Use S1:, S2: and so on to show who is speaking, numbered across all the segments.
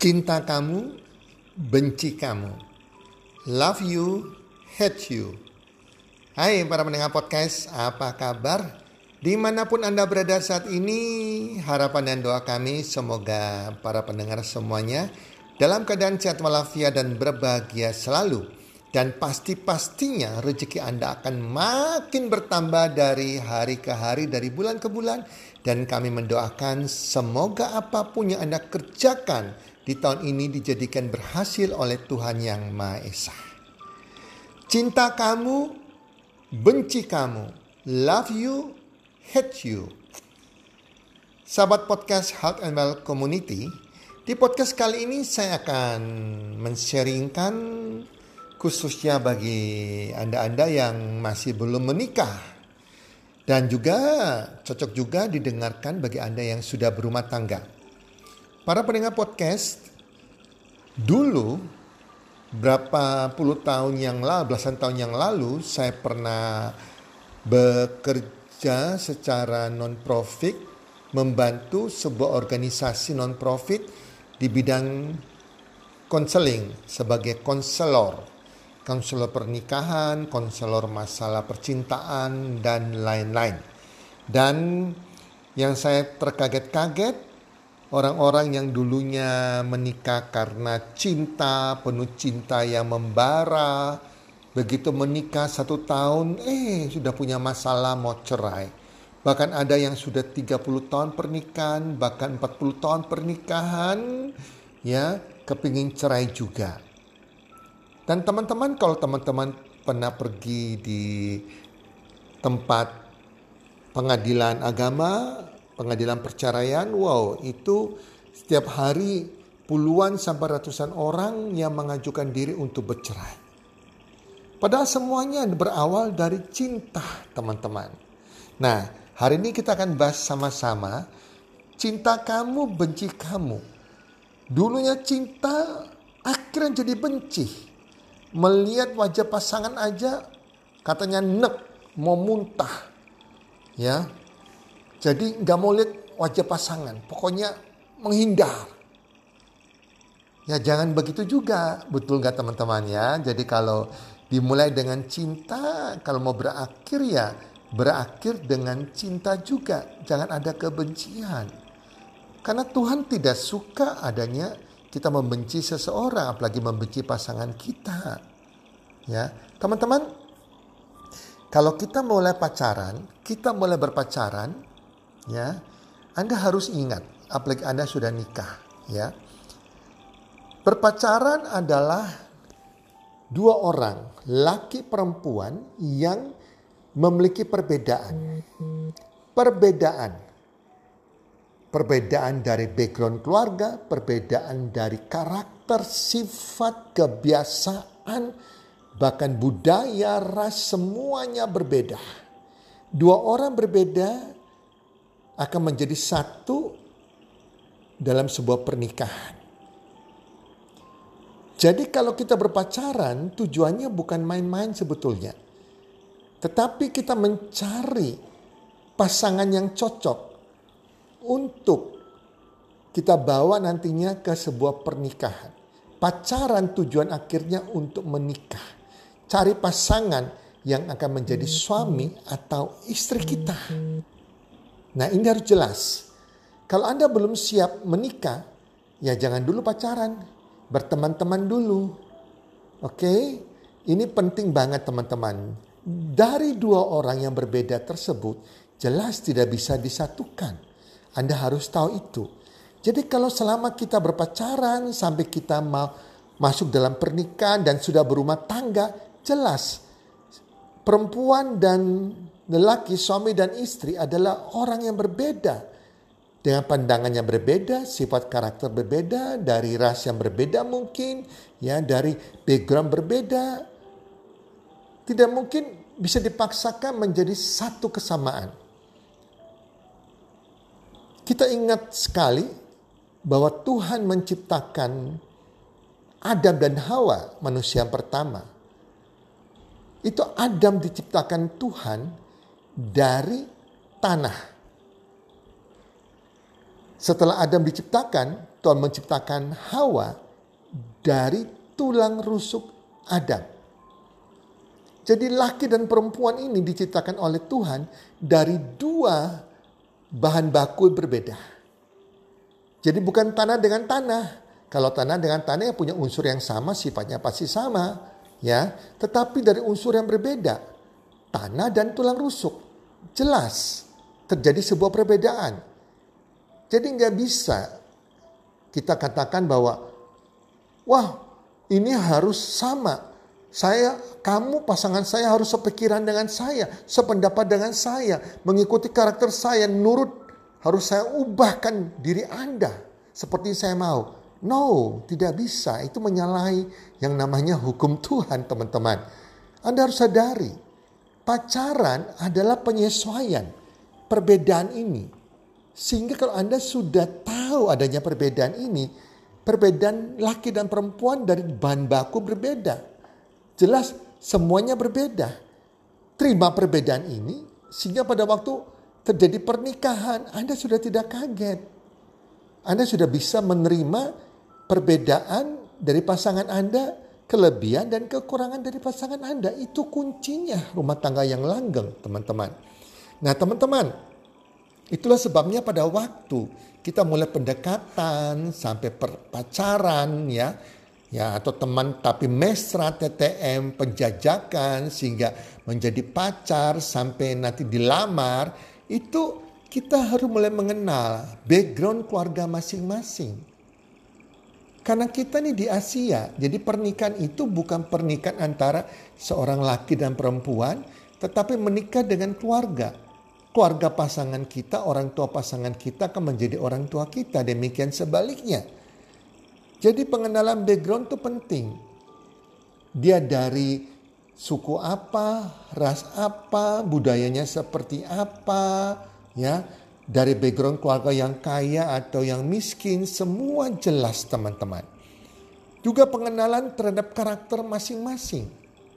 S1: Cinta kamu, benci kamu. Love you, hate you. Hai para pendengar podcast, apa kabar? Dimanapun Anda berada saat ini, harapan dan doa kami semoga para pendengar semuanya dalam keadaan sehat walafiat dan berbahagia selalu. Dan pasti-pastinya rezeki Anda akan makin bertambah dari hari ke hari, dari bulan ke bulan. Dan kami mendoakan semoga apapun yang Anda kerjakan di tahun ini dijadikan berhasil oleh Tuhan Yang Maha Esa. Cinta kamu, benci kamu. Love you, hate you. Sahabat podcast Health and Well Community, di podcast kali ini saya akan men-sharingkan khususnya bagi Anda-Anda yang masih belum menikah. Dan juga cocok juga didengarkan bagi Anda yang sudah berumah tangga. Para pendengar podcast, dulu berapa puluh tahun yang lalu, belasan tahun yang lalu, saya pernah bekerja secara non-profit, membantu sebuah organisasi non-profit di bidang konseling sebagai konselor pernikahan, konselor masalah percintaan, dan lain-lain. Dan yang saya terkaget-kaget, orang-orang yang dulunya menikah karena cinta, penuh cinta yang membara, begitu menikah 1 tahun, sudah punya masalah mau cerai. Bahkan ada yang sudah 30 tahun pernikahan, bahkan 40 tahun pernikahan, ya, kepingin cerai juga. Dan teman-teman, kalau teman-teman pernah pergi di tempat pengadilan agama, pengadilan perceraian, wow, itu setiap hari puluhan sampai ratusan orang yang mengajukan diri untuk bercerai. Padahal semuanya berawal dari cinta, teman-teman. Nah, hari ini kita akan bahas sama-sama cinta kamu, benci kamu. Dulunya cinta, akhirnya jadi benci. Melihat wajah pasangan aja katanya mau muntah. Ya. Jadi gak mau lihat wajah pasangan. Pokoknya menghindar. Ya jangan begitu juga. Betul gak teman-teman ya? Jadi kalau dimulai dengan cinta, kalau mau berakhir ya berakhir dengan cinta juga. Jangan ada kebencian. Karena Tuhan tidak suka adanya kita membenci seseorang, apalagi membenci pasangan kita. Ya, teman-teman, kalau kita mulai berpacaran, ya, Anda harus ingat, apalagi Anda sudah nikah, ya. Berpacaran adalah 2 orang, laki perempuan yang memiliki perbedaan. Perbedaan dari background keluarga, perbedaan dari karakter, sifat, kebiasaan, bahkan budaya, ras, semuanya berbeda. 2 orang berbeda akan menjadi satu dalam sebuah pernikahan. Jadi kalau kita berpacaran, tujuannya bukan main-main sebetulnya. Tetapi kita mencari pasangan yang cocok untuk kita bawa nantinya ke sebuah pernikahan. Pacaran tujuan akhirnya untuk menikah. Cari pasangan yang akan menjadi suami atau istri kita. Nah ini harus jelas. Kalau Anda belum siap menikah, ya jangan dulu pacaran. Berteman-teman dulu. Oke? Ini penting banget teman-teman. Dari 2 orang yang berbeda tersebut, jelas tidak bisa disatukan. Anda harus tahu itu. Jadi kalau selama kita berpacaran sampai kita mau masuk dalam pernikahan dan sudah berumah tangga, jelas perempuan dan lelaki, suami dan istri adalah orang yang berbeda. Dengan pandangannya berbeda, sifat karakter berbeda, dari ras yang berbeda mungkin, ya dari background berbeda. Tidak mungkin bisa dipaksakan menjadi satu kesamaan. Kita ingat sekali bahwa Tuhan menciptakan Adam dan Hawa, manusia yang pertama. Itu Adam diciptakan Tuhan dari tanah. Setelah Adam diciptakan, Tuhan menciptakan Hawa dari tulang rusuk Adam. Jadi laki dan perempuan ini diciptakan oleh Tuhan dari dua bahan baku berbeda. Jadi bukan tanah dengan tanah. Kalau tanah dengan tanah yang punya unsur yang sama, sifatnya pasti sama, ya. Tetapi dari unsur yang berbeda, tanah dan tulang rusuk, jelas terjadi sebuah perbedaan. Jadi nggak bisa kita katakan bahwa, wah ini harus sama. Kamu pasangan saya harus sepikiran dengan saya, sependapat dengan saya, mengikuti karakter saya, harus saya ubahkan diri Anda seperti saya mau. No, tidak bisa. Itu menyalahi yang namanya hukum Tuhan, teman-teman. Anda harus sadari, pacaran adalah penyesuaian perbedaan ini. Sehingga kalau Anda sudah tahu adanya perbedaan ini, perbedaan laki dan perempuan dari bahan baku berbeda. Jelas semuanya berbeda. Terima perbedaan ini sehingga pada waktu terjadi pernikahan Anda sudah tidak kaget. Anda sudah bisa menerima perbedaan dari pasangan Anda, kelebihan dan kekurangan dari pasangan Anda. Itu kuncinya rumah tangga yang langgeng, teman-teman. Nah, teman-teman, itulah sebabnya pada waktu kita mulai pendekatan sampai pacaran ya atau teman tapi mesra, TTM, penjajakan sehingga menjadi pacar sampai nanti dilamar, itu kita harus mulai mengenal background keluarga masing-masing. Karena kita nih di Asia, jadi pernikahan itu bukan pernikahan antara seorang laki dan perempuan, tetapi menikah dengan keluarga. Keluarga pasangan kita, orang tua pasangan kita akan menjadi orang tua kita. Demikian sebaliknya. Jadi pengenalan background itu penting. Dia dari suku apa, ras apa, budayanya seperti apa, ya. Dari background keluarga yang kaya atau yang miskin, semua jelas, teman-teman. Juga pengenalan terhadap karakter masing-masing.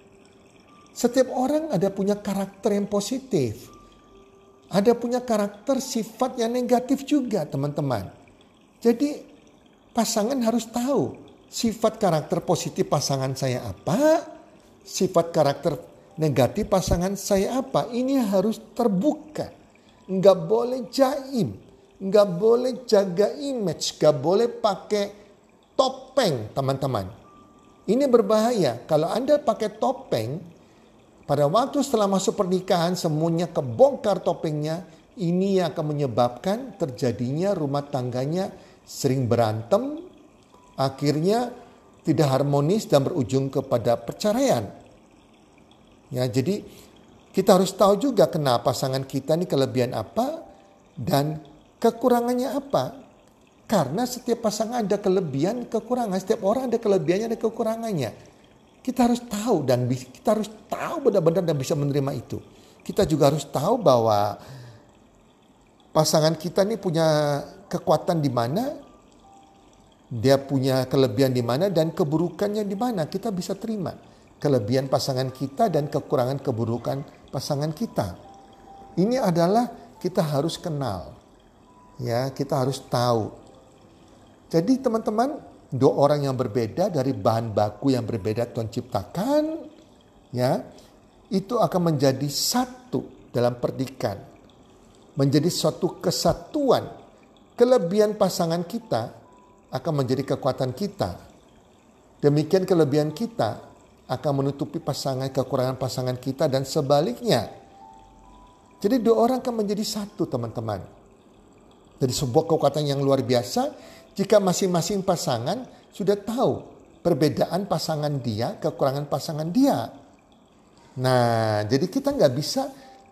S1: Setiap orang ada punya karakter yang positif. Ada punya karakter sifat yang negatif juga, teman-teman. Jadi pasangan harus tahu sifat karakter positif pasangan saya apa, sifat karakter negatif pasangan saya apa. Ini harus terbuka. Nggak boleh jaim, nggak boleh jaga image, nggak boleh pakai topeng, teman-teman. Ini berbahaya. Kalau Anda pakai topeng, pada waktu setelah masuk pernikahan semuanya kebongkar topengnya, ini akan menyebabkan terjadinya rumah tangganya sering berantem, akhirnya tidak harmonis dan berujung kepada perceraian. Ya, jadi kita harus tahu juga kenapa pasangan kita ini kelebihan apa dan kekurangannya apa. Karena setiap pasangan ada kelebihan, kekurangan. Setiap orang ada kelebihannya, ada kekurangannya. Kita harus tahu dan kita harus tahu benar-benar dan bisa menerima itu. Kita juga harus tahu bahwa pasangan kita ini punya kekuatan di mana, dia punya kelebihan di mana dan keburukannya di mana. Kita bisa terima kelebihan pasangan kita dan kekurangan keburukan pasangan kita. Ini adalah kita harus kenal. Ya, kita harus tahu. Jadi teman-teman, dua orang yang berbeda dari bahan baku yang berbeda Tuhan ciptakan, ya, itu akan menjadi satu dalam pernikahan. Menjadi suatu kesatuan. Kelebihan pasangan kita akan menjadi kekuatan kita. Demikian kelebihan kita akan menutupi kekurangan pasangan kita dan sebaliknya. Jadi dua orang akan menjadi satu, teman-teman. Jadi sebuah kekuatan yang luar biasa jika masing-masing pasangan sudah tahu perbedaan pasangan dia, kekurangan pasangan dia. Nah, jadi kita nggak bisa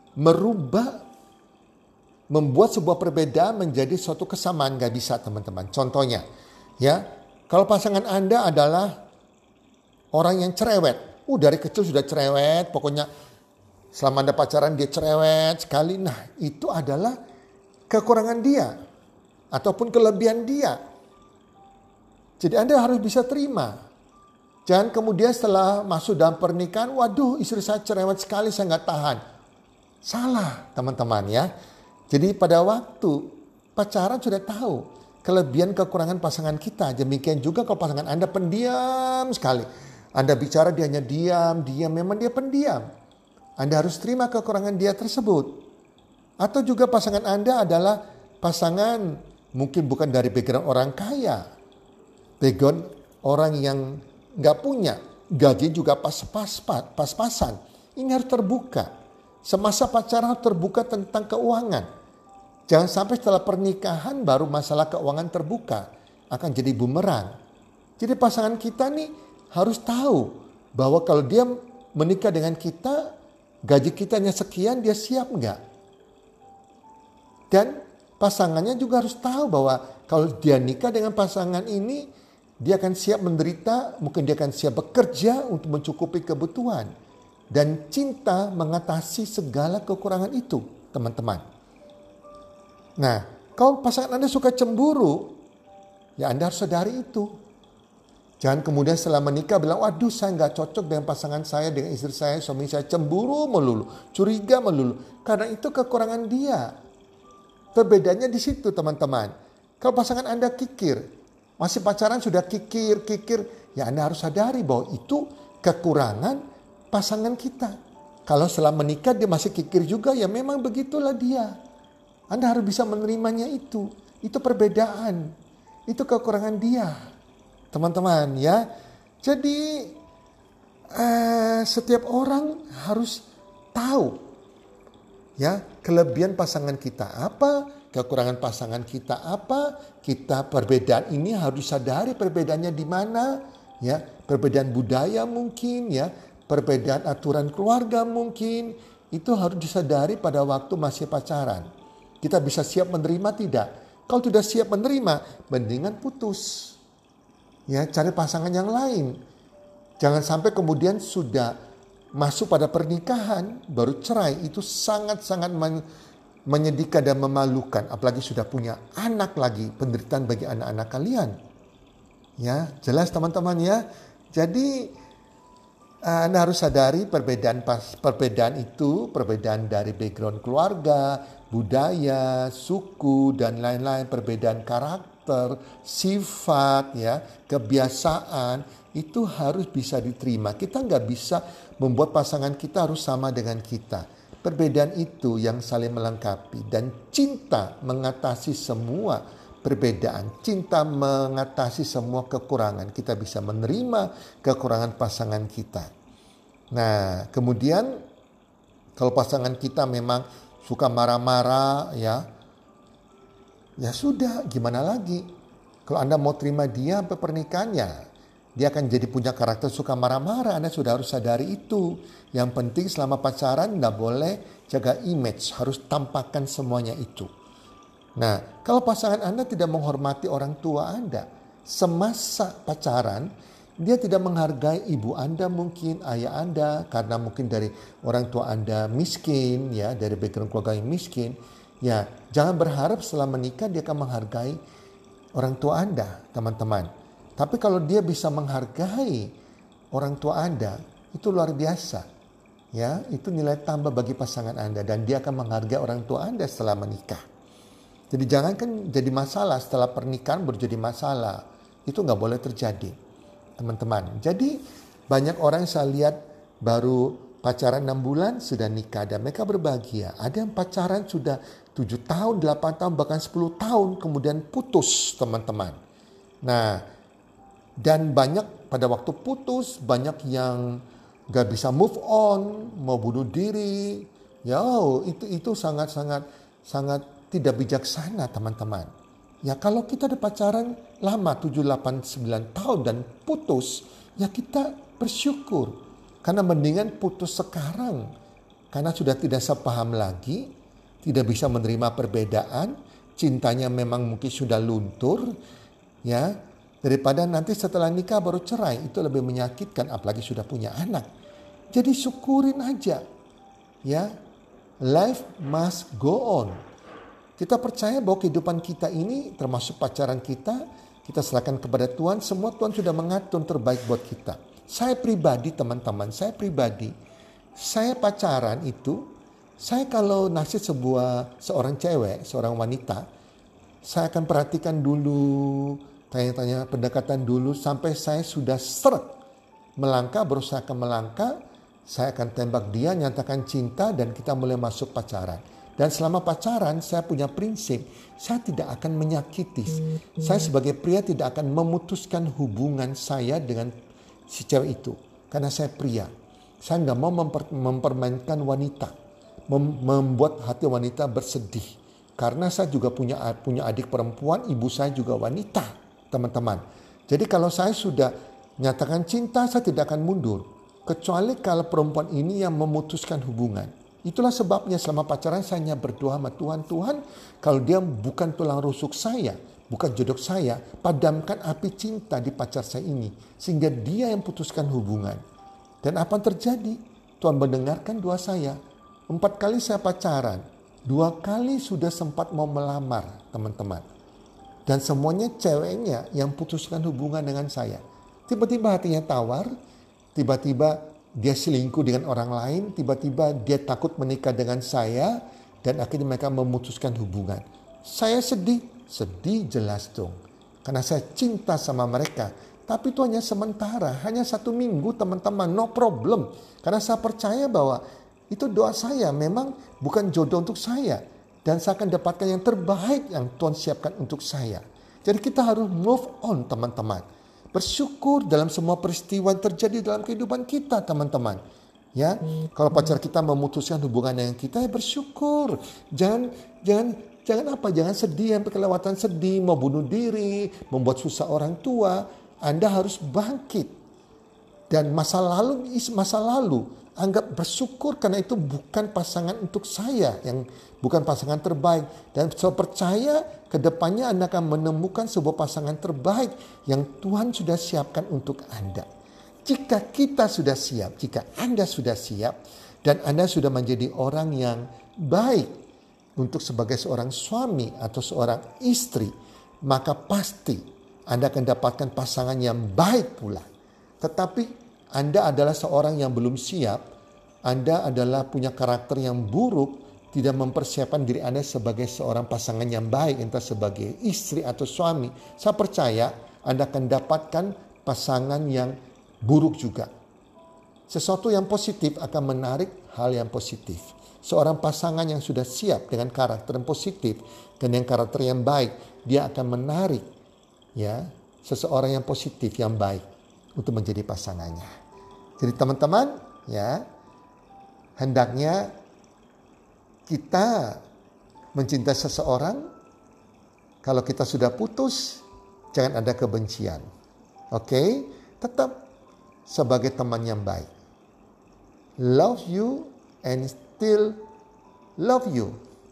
S1: membuat sebuah perbedaan menjadi suatu kesamaan. Nggak bisa, teman-teman. Contohnya, ya, kalau pasangan Anda adalah orang yang cerewet. Dari kecil sudah cerewet, pokoknya selama Anda pacaran dia cerewet sekali. Nah, itu adalah kekurangan dia ataupun kelebihan dia. Jadi Anda harus bisa terima. Jangan kemudian setelah masuk dalam pernikahan, waduh istri saya cerewet sekali, saya nggak tahan. Salah, teman-teman ya. Jadi pada waktu pacaran sudah tahu kelebihan kekurangan pasangan kita. Demikian juga kalau pasangan Anda pendiam sekali. Anda bicara dia hanya diam, memang dia pendiam. Anda harus terima kekurangan dia tersebut. Atau juga pasangan Anda adalah pasangan mungkin bukan dari background orang kaya. Background orang yang gak punya. Gaji juga pas-pasan. Ini harus terbuka. Semasa pacaran harus terbuka tentang keuangan. Jangan sampai setelah pernikahan baru masalah keuangan terbuka. Akan jadi bumerang. Jadi pasangan kita nih harus tahu bahwa kalau dia menikah dengan kita, gaji kita hanya sekian, dia siap nggak? Dan pasangannya juga harus tahu bahwa kalau dia nikah dengan pasangan ini, dia akan siap menderita, mungkin dia akan siap bekerja untuk mencukupi kebutuhan. Dan cinta mengatasi segala kekurangan itu, teman-teman. Nah, kalau pasangan Anda suka cemburu, ya Anda harus sadari itu. Jangan kemudian setelah menikah bilang, waduh saya nggak cocok dengan pasangan saya, dengan istri saya, suami saya, cemburu melulu, curiga melulu. Karena itu kekurangan dia. Perbedaannya di situ teman-teman. Kalau pasangan Anda kikir, masih pacaran sudah kikir, ya Anda harus sadari bahwa itu kekurangan pasangan kita. Kalau setelah menikah dia masih kikir juga, ya memang begitulah dia. Anda harus bisa menerimanya itu. Itu perbedaan. Itu kekurangan dia. Teman-teman ya. Jadi setiap orang harus tahu ya kelebihan pasangan kita apa, kekurangan pasangan kita apa. Kita perbedaan ini harus sadari perbedaannya di mana ya. Perbedaan budaya mungkin ya, perbedaan aturan keluarga mungkin. Itu harus disadari pada waktu masih pacaran. Kita bisa siap menerima tidak? Kalau tidak siap menerima, mendingan putus. Ya, cari pasangan yang lain. Jangan sampai kemudian sudah masuk pada pernikahan, baru cerai. Itu sangat-sangat menyedihkan dan memalukan. Apalagi sudah punya anak lagi, penderitaan bagi anak-anak kalian. Ya, jelas teman-teman ya. Jadi Anda harus sadari perbedaan itu, perbedaan dari background keluarga, budaya, suku, dan lain-lain, perbedaan karakter, sifat, ya, kebiasaan, itu harus bisa diterima. Kita nggak bisa membuat pasangan kita harus sama dengan kita. Perbedaan itu yang saling melengkapi, dan cinta mengatasi semua perbedaan. Cinta mengatasi semua kekurangan. Kita bisa menerima kekurangan pasangan kita. Nah, kemudian kalau pasangan kita memang suka marah-marah, ya sudah, gimana lagi? Kalau Anda mau terima dia sampai pernikahannya, dia akan jadi punya karakter suka marah-marah. Anda sudah harus sadari itu. Yang penting selama pacaran Anda boleh jaga image, harus tampakkan semuanya itu. Nah, kalau pasangan Anda tidak menghormati orang tua Anda, semasa pacaran, dia tidak menghargai ibu Anda mungkin, ayah Anda, karena mungkin dari orang tua Anda miskin, ya, dari background keluarga yang miskin, ya, jangan berharap setelah menikah dia akan menghargai orang tua Anda, teman-teman. Tapi kalau dia bisa menghargai orang tua Anda, itu luar biasa, ya, itu nilai tambah bagi pasangan Anda, dan dia akan menghargai orang tua Anda setelah menikah. Jadi jangan kan jadi masalah setelah pernikahan baru jadi masalah. Itu nggak boleh terjadi, teman-teman. Jadi banyak orang yang saya lihat baru pacaran 6 bulan sudah nikah dan mereka berbahagia. Ada yang pacaran sudah 7 tahun, 8 tahun, bahkan 10 tahun kemudian putus, teman-teman. Nah, dan banyak pada waktu putus, banyak yang nggak bisa move on, mau bunuh diri. Ya, itu sangat tidak bijaksana, teman-teman. Ya, kalau kita udah pacaran lama 7, 8, 9 tahun dan putus, ya kita bersyukur. Karena mendingan putus sekarang. Karena sudah tidak sepaham lagi, tidak bisa menerima perbedaan, cintanya memang mungkin sudah luntur, ya. Daripada nanti setelah nikah baru cerai, itu lebih menyakitkan, apalagi sudah punya anak. Jadi syukurin aja. Ya. Life must go on. Kita percaya bahwa kehidupan kita ini, termasuk pacaran kita serahkan kepada Tuhan. Semua Tuhan sudah mengatur terbaik buat kita. Saya pribadi, teman-teman, saya pacaran itu, saya kalau naksir seorang cewek, seorang wanita, Saya akan perhatikan dulu, tanya-tanya pendekatan dulu sampai saya sudah seret. Melangkah, berusaha akan melangkah, saya akan tembak dia, nyatakan cinta dan kita mulai masuk pacaran. Dan selama pacaran saya punya prinsip, saya tidak akan menyakiti. Saya sebagai pria tidak akan memutuskan hubungan saya dengan si cewek itu. Karena saya pria. Saya nggak mau mempermainkan wanita. Membuat hati wanita bersedih. Karena saya juga punya adik perempuan, ibu saya juga wanita, teman-teman. Jadi kalau saya sudah nyatakan cinta, saya tidak akan mundur. Kecuali kalau perempuan ini yang memutuskan hubungan. Itulah sebabnya selama pacaran saya hanya berdoa sama Tuhan. Tuhan, kalau dia bukan tulang rusuk saya, bukan jodoh saya, padamkan api cinta di pacar saya ini. Sehingga dia yang putuskan hubungan. Dan apa yang terjadi? Tuhan mendengarkan doa saya. 4 kali saya pacaran. 2 kali sudah sempat mau melamar, teman-teman. Dan semuanya ceweknya yang putuskan hubungan dengan saya. Tiba-tiba hatinya tawar, tiba-tiba dia selingkuh dengan orang lain, tiba-tiba dia takut menikah dengan saya, dan akhirnya mereka memutuskan hubungan. Saya sedih jelas dong. Karena saya cinta sama mereka. Tapi itu hanya sementara, hanya 1 minggu teman-teman, no problem. Karena saya percaya bahwa itu doa saya memang bukan jodoh untuk saya. Dan saya akan dapatkan yang terbaik yang Tuhan siapkan untuk saya. Jadi kita harus move on teman-teman. Bersyukur dalam semua peristiwa yang terjadi dalam kehidupan kita teman-teman. Ya, kalau pacar kita memutuskan hubungan dengan kita, ya bersyukur. Jangan sedih sampai kelewatan sedih, mau bunuh diri, membuat susah orang tua. Anda harus bangkit. Dan masa lalu, anggap bersyukur karena itu bukan pasangan untuk saya, yang bukan pasangan terbaik. Dan saya percaya kedepannya Anda akan menemukan sebuah pasangan terbaik yang Tuhan sudah siapkan untuk Anda. Jika kita sudah siap, jika Anda sudah siap, dan Anda sudah menjadi orang yang baik untuk sebagai seorang suami atau seorang istri, maka pasti Anda akan dapatkan pasangan yang baik pula. Tetapi Anda adalah seorang yang belum siap, Anda adalah punya karakter yang buruk, tidak mempersiapkan diri Anda sebagai seorang pasangan yang baik, entah sebagai istri atau suami. Saya percaya Anda akan dapatkan pasangan yang buruk juga. Sesuatu yang positif akan menarik hal yang positif. Seorang pasangan yang sudah siap dengan karakter yang positif dan yang karakter yang baik, dia akan menarik seseorang yang positif, yang baik untuk menjadi pasangannya. Jadi teman-teman, hendaknya kita mencintai seseorang. Kalau kita sudah putus, jangan ada kebencian. Oke? Tetap sebagai teman yang baik. Love you and still love you.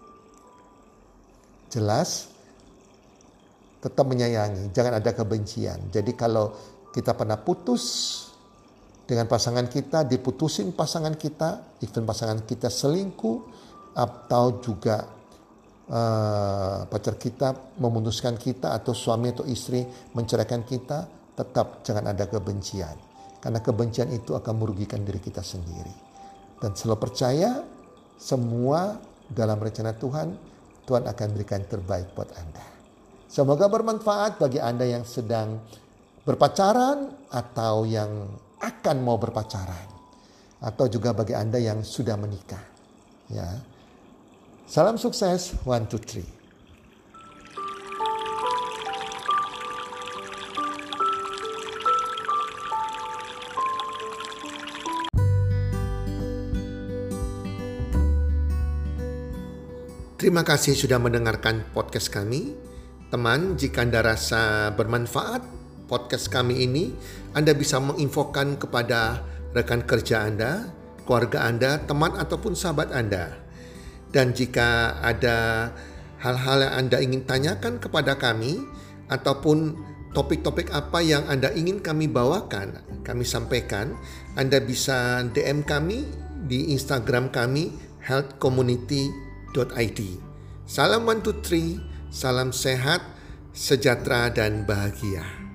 S1: Jelas? Tetap menyayangi, jangan ada kebencian. Jadi kalau kita pernah putus dengan pasangan kita, diputusin pasangan kita, even pasangan kita selingkuh, atau juga pacar kita memutuskan kita, atau suami atau istri menceraikan kita, tetap jangan ada kebencian. Karena kebencian itu akan merugikan diri kita sendiri. Dan selalu percaya semua dalam rencana Tuhan, Tuhan akan berikan terbaik buat Anda. Semoga bermanfaat bagi Anda yang sedang berpacaran atau yang akan mau berpacaran. Atau juga bagi Anda yang sudah menikah. Ya. Salam sukses, 1, 2, 3. Terima kasih sudah mendengarkan podcast kami. Teman, jika Anda rasa bermanfaat podcast kami ini, Anda bisa menginfokan kepada rekan kerja Anda, keluarga Anda, teman ataupun sahabat Anda. Dan jika ada hal-hal yang Anda ingin tanyakan kepada kami, ataupun topik-topik apa yang Anda ingin kami bawakan, kami sampaikan, Anda bisa DM kami di Instagram kami, healthcommunity.id. Salam 1, 2, 3, salam sehat, sejahtera dan bahagia.